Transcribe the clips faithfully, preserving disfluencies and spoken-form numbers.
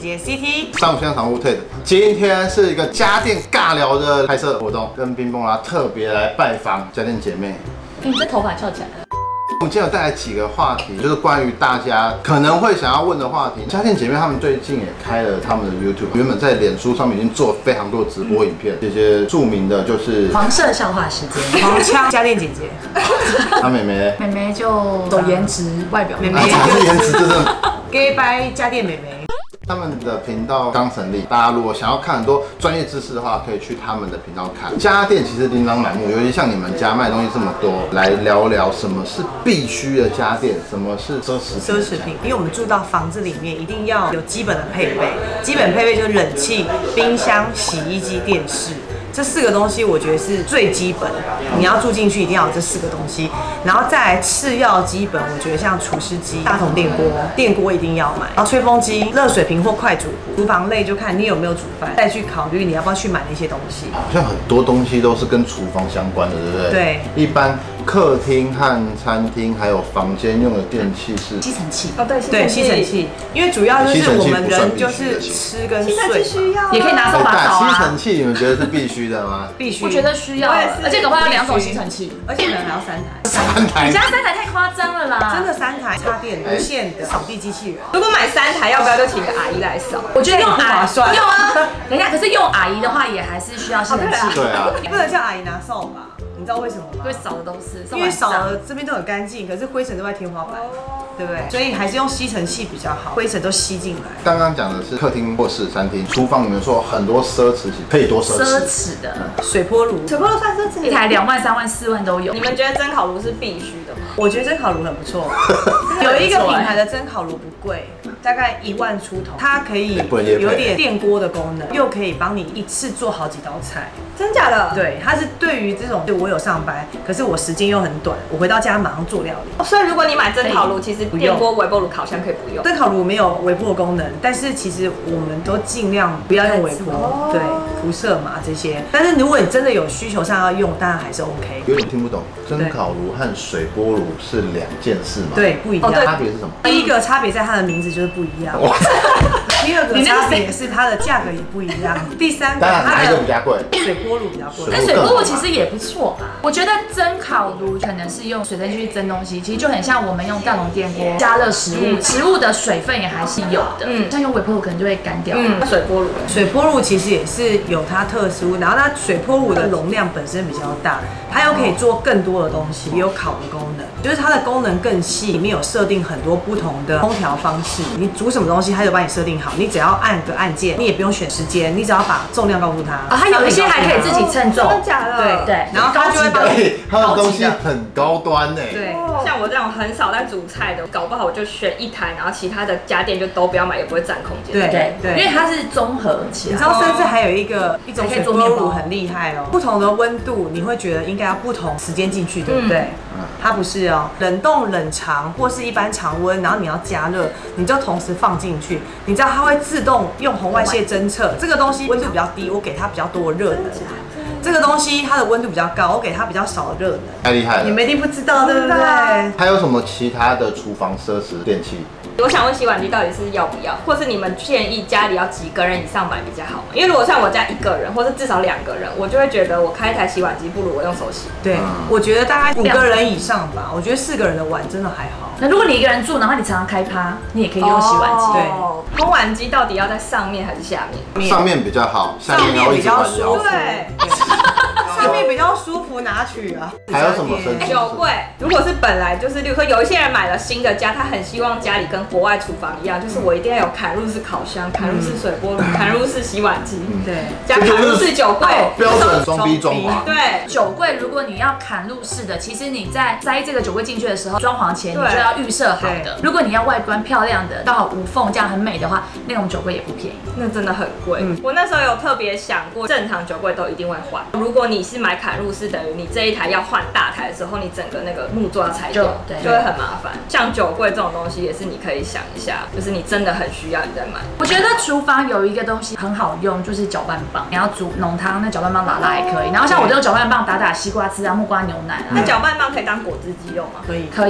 姐 C T， 商务现场常务 Ted， 今天是一个家电尬聊的拍摄活动，跟冰崩啦特别来拜访家电姐妹。 你这头发翘起来了。 我们今天有带来几个话题，就是关于大家可能会想要问的话题。家电姐妹她们最近也开了他们的 YouTube， 原本在脸书上面已经做非常多直播影片，这些著名的就是黄色笑话时间， 黄腔家电姐姐， 她妹妹， 妹妹就走颜值外表， 妹妹啊，这是颜值真的。 gay 掰家电妹妹。 他们的频道刚成立，大家如果想要看很多专业知识的话，可以去他们的频道看。家电其实琳琅满目，尤其像你们家卖东西这么多，来聊聊什么是必须的家电，什么是奢侈品。 奢侈品，因为我们住到房子里面，一定要有基本的配备。基本配备就是冷气、冰箱、洗衣机、电视。这四个东西我觉得是最基本的，你要住进去一定要有这四个东西，然后再来次要基本，我觉得像除湿机、大同电锅，电锅一定要买，然后吹风机、热水瓶或快煮壶，厨房类就看你有没有煮饭，再去考虑你要不要去买那些东西。 好像很多东西都是跟厨房相关的，对不对？ 对。 一般客厅和餐厅还有房间用的电器是吸尘器哦，对， 对，吸尘器，因为主要就是我们人就是吃跟睡， 需要， 也可以拿扫把扫啊。 吸尘器你们觉得是必须的吗？ 必须。 我觉得需要，而且搞不好要两种吸尘器， 而且可能还要三台。 三台。 你家三台太夸张了啦！ 真的三台插电无线的扫地机器人。 如果买三台，要不要就请个阿姨来扫？ 我觉得用阿姨算用啊，等一下，可是用阿姨的话也还是需要吸尘器。 对啊， 你不能叫阿姨拿扫把，你知道为什么吗？ 会扫的都是， 因为扫了这边都很干净，可是灰尘都在天花板，对不对？所以还是用吸尘器比较好，灰尘都吸进来。 刚刚讲的是客厅或是餐厅，厨房你们说很多奢侈品，可以多奢侈？ 奢侈的水波炉， 水波炉算奢侈品， 一台两万、三万、四万都有。 你们觉得蒸烤炉是必须的吗？ 我觉得蒸烤炉很不错，有一个品牌的蒸烤炉不贵，大概一万出头，它可以有点电锅的功能，又可以帮你一次做好几道菜。 真假的？ 对，它是对于这种，我有上班，可是我时间又很短，我回到家马上做料理。 所以如果你买蒸烤炉，其实电锅、微波炉、烤箱可以不用。 蒸烤炉没有微波功能，但是其实我们都尽量不要用微波，对，辐射嘛这些。但是如果你真的有需求上要用，当然还是 OK。 有点听不懂，蒸烤炉和水波炉是两件事吗？ 对，不一样。 差别是什么？ 第一个差别在它的名字就是不一样。第二个差别是它的价格也不一样。第三个， 哪一个比较贵？ 水波炉比较贵。 但水波炉其实也不错吧？我觉得蒸烤炉可能是用水蒸气去蒸东西，其实就很像我们用大同电锅加热食物，食物的水分也还是有的。嗯，像用微波炉可能就会干掉。 嗯，水波炉， 水波炉其实也是有它特殊，然后它水波炉的容量本身比较大，它又可以做更多的东西，也有烤的功能，就是它的功能更细，里面有设定很多不同的烹调方式，你煮什么东西，它就帮你设定好，你只要按个按键，你也不用选时间，你只要把重量告诉它。 啊，它有一些还可以自己称重， 真的假的？ 对对， 然后它就会帮你。 它的东西很高端呢。 对， 像我这种很少在煮菜的，搞不好我就选一台，然后其他的家电就都不要买，也不会占空间。 对对对， 因为它是综合起来。 你知道，甚至还有一个一种水波炉很厉害哦，不同的温度你会觉得应该要不同时间进去，对不对？它不是哦，冷冻、冷藏或是一般常温，然后你要加热，你就同时放进去，你知道它会自动用红外线侦测这个东西温度比较低，我给它比较多的热能。这个东西它的温度比较高，我给它比较少的热能。 太厉害了！ 你们一定不知道，对不对？ 还有什么其他的厨房奢侈电器？ 我想问洗碗机到底是要不要，或是你们建议家里要几个人以上买比较好吗？因为如果像我家一个人，或是至少两个人，我就会觉得我开一台洗碗机不如我用手洗。 对，我觉得大概五个人以上吧。我觉得四个人的碗真的还好。 那如果你一个人住，然后你常常开趴，你也可以用洗碗机。 对， 烘碗机到底要在上面还是下面？ 上面比较好，下面面比较舒服。 对。 上面比较舒服拿取啊。 还有什么升级？ 酒柜，如果是本来就是，例如说有一些人买了新的家，他很希望家里跟国外厨房一样，就是我一定要有砍入式烤箱、砍入式水波炉、砍入式洗碗机， 对， 加砍入式酒柜， 标准装逼装潢。 对， 酒柜如果你要砍入式的，其实你在塞这个酒柜进去的时候，装潢前你就要预设好的。如果你要外观漂亮的，刚好无缝这样很美的话，那种酒柜也不便宜， 那真的很贵。我那时候有特别想过，正常酒柜都一定会换。如果你是买砍入式，等于你这一台要换大台的时候，你整个那个木座要拆掉，就会很麻烦。像酒柜这种东西，也是你可以想一下，就是你真的很需要，你再买。 我觉得厨房有一个东西很好用，就是搅拌棒。你要煮浓汤，那搅拌棒拉拉也可以。然后像我这种搅拌棒打打西瓜汁啊、木瓜牛奶啊。 那搅拌棒可以当果汁机用吗？ 可以， 可以。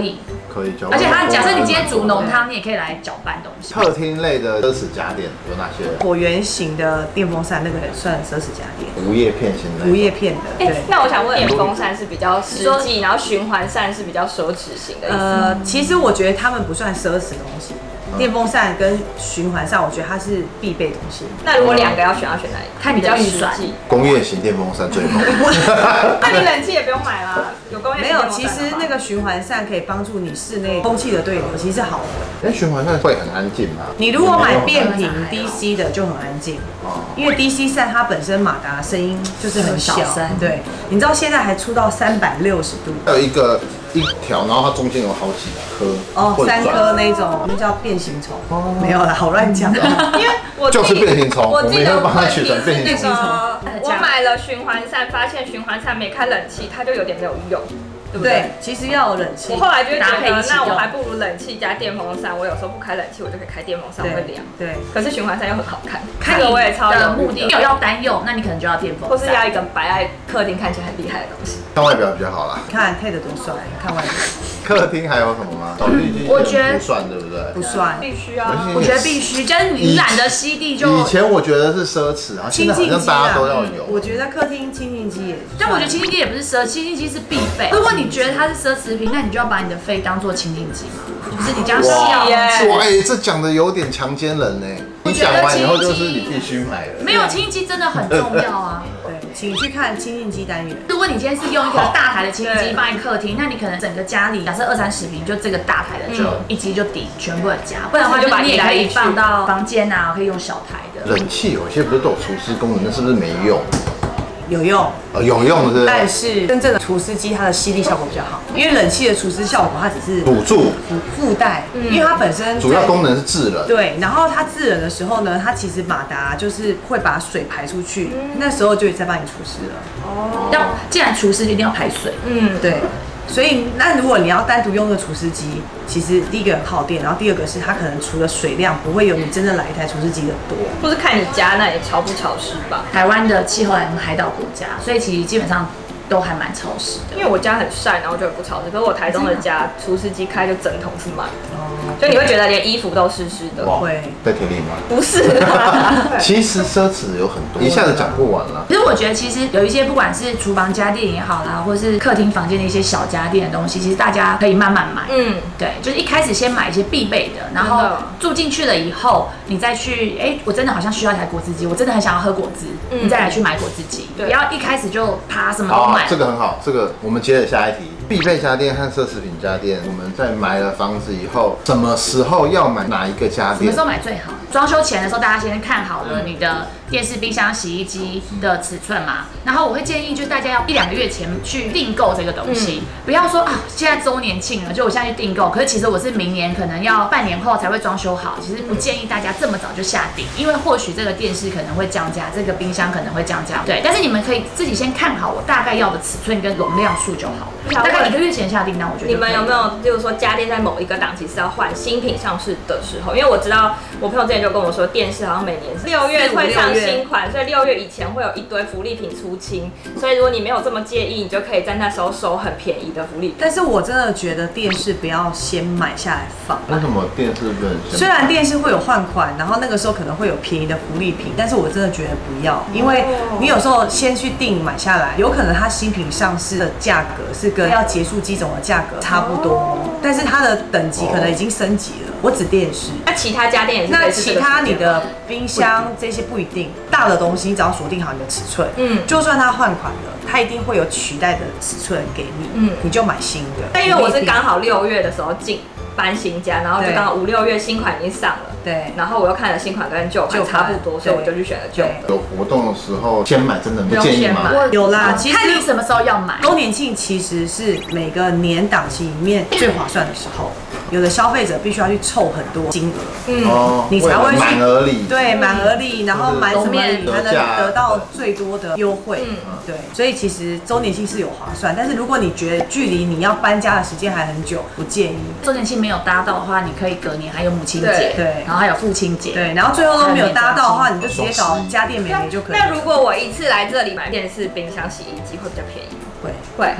可以搅拌。 而且它假设你今天煮浓汤，你也可以来搅拌东西。 客厅类的奢侈家电有哪些？ 椭圆形的电风扇那个也算奢侈家电， 无叶片型的。 无叶片的。 哎、 对。 那我想问，电风扇是比较实际，然后循环扇是比较奢侈型的意思？ 呃，其实我觉得他们不算奢侈的东西。电风扇跟循环扇，我觉得它是必备东西。 那如果两个要选，要选哪一个？ 看你的预算。 工业型电风扇最好。 那你冷气也不用买啦，有工业型没有，其实那个循环扇可以帮助你室内空气的对流，其实是好的。 哎，循环扇会很安静吗？ 你如果买变频 D C 的就很安静，因为 D C 扇它本身马达声音就是很小。对，你知道现在还出到三百六十度， 还有一个一条，然后它中间有好几颗哦，三颗那种，那叫变形虫。没有啦，好乱讲。因为我就是变形虫，我们也会帮它取成变形虫。 我买了循环扇，发现循环扇没开冷气，它就有点没有用。对不对？ 对，其实要有冷气。 我后来就会觉得，那我还不如冷气加电风扇。我有时候不开冷气，我就可以开电风扇，会凉。对。可是循环扇又很好看， 看我也超的目的有要单用，那你可能就要电风扇， 或是要一个摆在客厅看起来很厉害的东西。 看外表比较好啦。 看 Ted 多帅，看外表。 客厅还有什么吗？扫地机器人不算，对不对？ 不算， 必须啊。 我觉得必须，就是你懒得吸地就。 以前我觉得是奢侈，然后现在好像大家都要有。 我觉得客厅清净机也， 但我觉得清净机也不是奢，清净机是必备。如果你觉得它是奢侈品，那你就要把你的肺当做清净机嘛，就是你这样笑耶。 哇，哎，这讲的有点强奸人呢。你讲完以后就是你必须买的。 没有，清净机真的很重要啊。 对，请去看清净机单元。 如果你今天是用一个大台的清净机放在客厅，那你可能整个家里假设二三十平，就这个大台的就一机就抵全部的家。不然的话，就你也可以放到房间啊，可以用小台的。 冷气有些不是都有除湿功能，那是不是没用？ 有用， 呃，有用是不是？ 但是真正的除湿机它的吸力效果比较好，因为冷气的除湿效果它只是辅助附附带，因为它本身主要功能是制冷。 对，然后它制冷的时候呢，它其实马达就是会把水排出去，那时候就在帮你除湿了。 哦，要既然除湿就一定要排水。 嗯，对。所以，那如果你要单独用那个除湿机，其实第一个很耗电，然后第二个是它可能除的水量不会有你真正来一台除湿机的多， 或是看你家那里潮不潮湿吧。 台湾的气候还是海岛国家，所以其实基本上都还蛮潮湿的。 因为我家很晒，然后就不潮湿。可是我台中的家除湿机开就整桶是满的，就你会觉得连衣服都湿湿的。 会在田里吗？ 不是啊。 其实奢侈有很多，一下子讲不完了。 其实我觉得，其实有一些不管是厨房家电也好啦，或是客厅房间的一些小家电的东西，其实大家可以慢慢买。嗯，对，就是一开始先买一些必备的，然后住进去了以后，你再去，哎，我真的好像需要一台果汁机，我真的很想要喝果汁，你再来去买果汁机，不要一开始就啪什么都买。 这个很好，这个我们接着下一题。必备家电和奢侈品家电，我们在买了房子以后，什么时候要买哪一个家电？ 什么时候买最好？装修前的时候，大家先看好了你的电视、冰箱、洗衣机的尺寸嘛。然后我会建议，就是大家要一两个月前去订购这个东西，嗯、不要说啊，现在周年庆了，就我现在去订购。可是其实我是明年可能要半年后才会装修好。其实不建议大家这么早就下定，因为或许这个电视可能会降价，这个冰箱可能会降价。对，但是你们可以自己先看好我大概要的尺寸跟容量数就好了。大概一个月前下订单，我觉得。 你们有没有就是说家电在某一个档期是要换新品上市的时候？因为我知道我朋友之前就跟我说，电视好像每年是六月会上新款，所以六月以前会有一堆福利品出清。所以如果你没有这么介意，你就可以在那时候收很便宜的福利品。 但是我真的觉得电视不要先买下来放。 为什么电视不能先？ 虽然电视会有换款，然后那个时候可能会有便宜的福利品，但是我真的觉得不要，因为你有时候先去订买下来，有可能它新品上市的价格是跟要结束机种的价格差不多，但是它的等级可能已经升级了。我指电视， 那其他家电也是。 那其他你的冰箱这些不一定，大的东西你只要锁定好你的尺寸，嗯，就算它换款了，它一定会有取代的尺寸给你，嗯，你就买新的。 但因为我是刚好六月的时候进搬新家，然后就刚好五六月新款已经上了，对，然后我又看了新款跟旧款差不多，所以我就去选了旧的。 有活动的时候先买真的不建议吗？ 有啦，其实看你什么时候要买。 周年庆其实是每个年档期里面最划算的时候。有的消费者必须要去凑很多金额，嗯，你才会去满额礼， 对，满额礼，然后买什么礼才能得到最多的优惠，嗯，对，所以其实周年庆是有划算，但是如果你觉得距离你要搬家的时间还很久，不建议。 周年庆没有搭到的话，你可以隔年还有母亲节，对，然后还有父亲节， 对，然后最后都没有搭到的话，你就直接找家电美眉就可以。 那如果我一次来这里买电视、冰箱、洗衣机，会比较便宜吗？ 会会。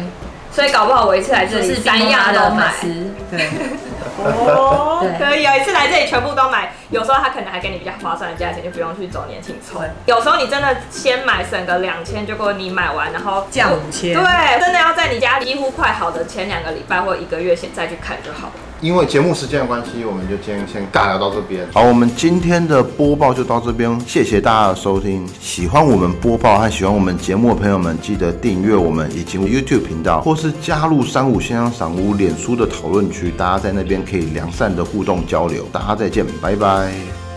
所以搞不好我一次来这里三样都买。 对。 哦，可以，有一次来这里全部都买，有时候他可能还给你比较划算的价钱，就不用去走年庆凑。有时候你真的先买省个两千，结果你买完然后降五千， 对，真的要在你家几乎快好的前两个礼拜或一个月先再去看就好了。 因为节目时间的关系，我们就今天先尬聊到这边。好，我们今天的播报就到这边，谢谢大家的收听。喜欢我们播报和喜欢我们节目的朋友们，记得订阅我们以及 YouTube 频道，或是加入三五先生赏屋脸书的讨论区，大家在那边可以良善的互动交流。大家再见，拜拜。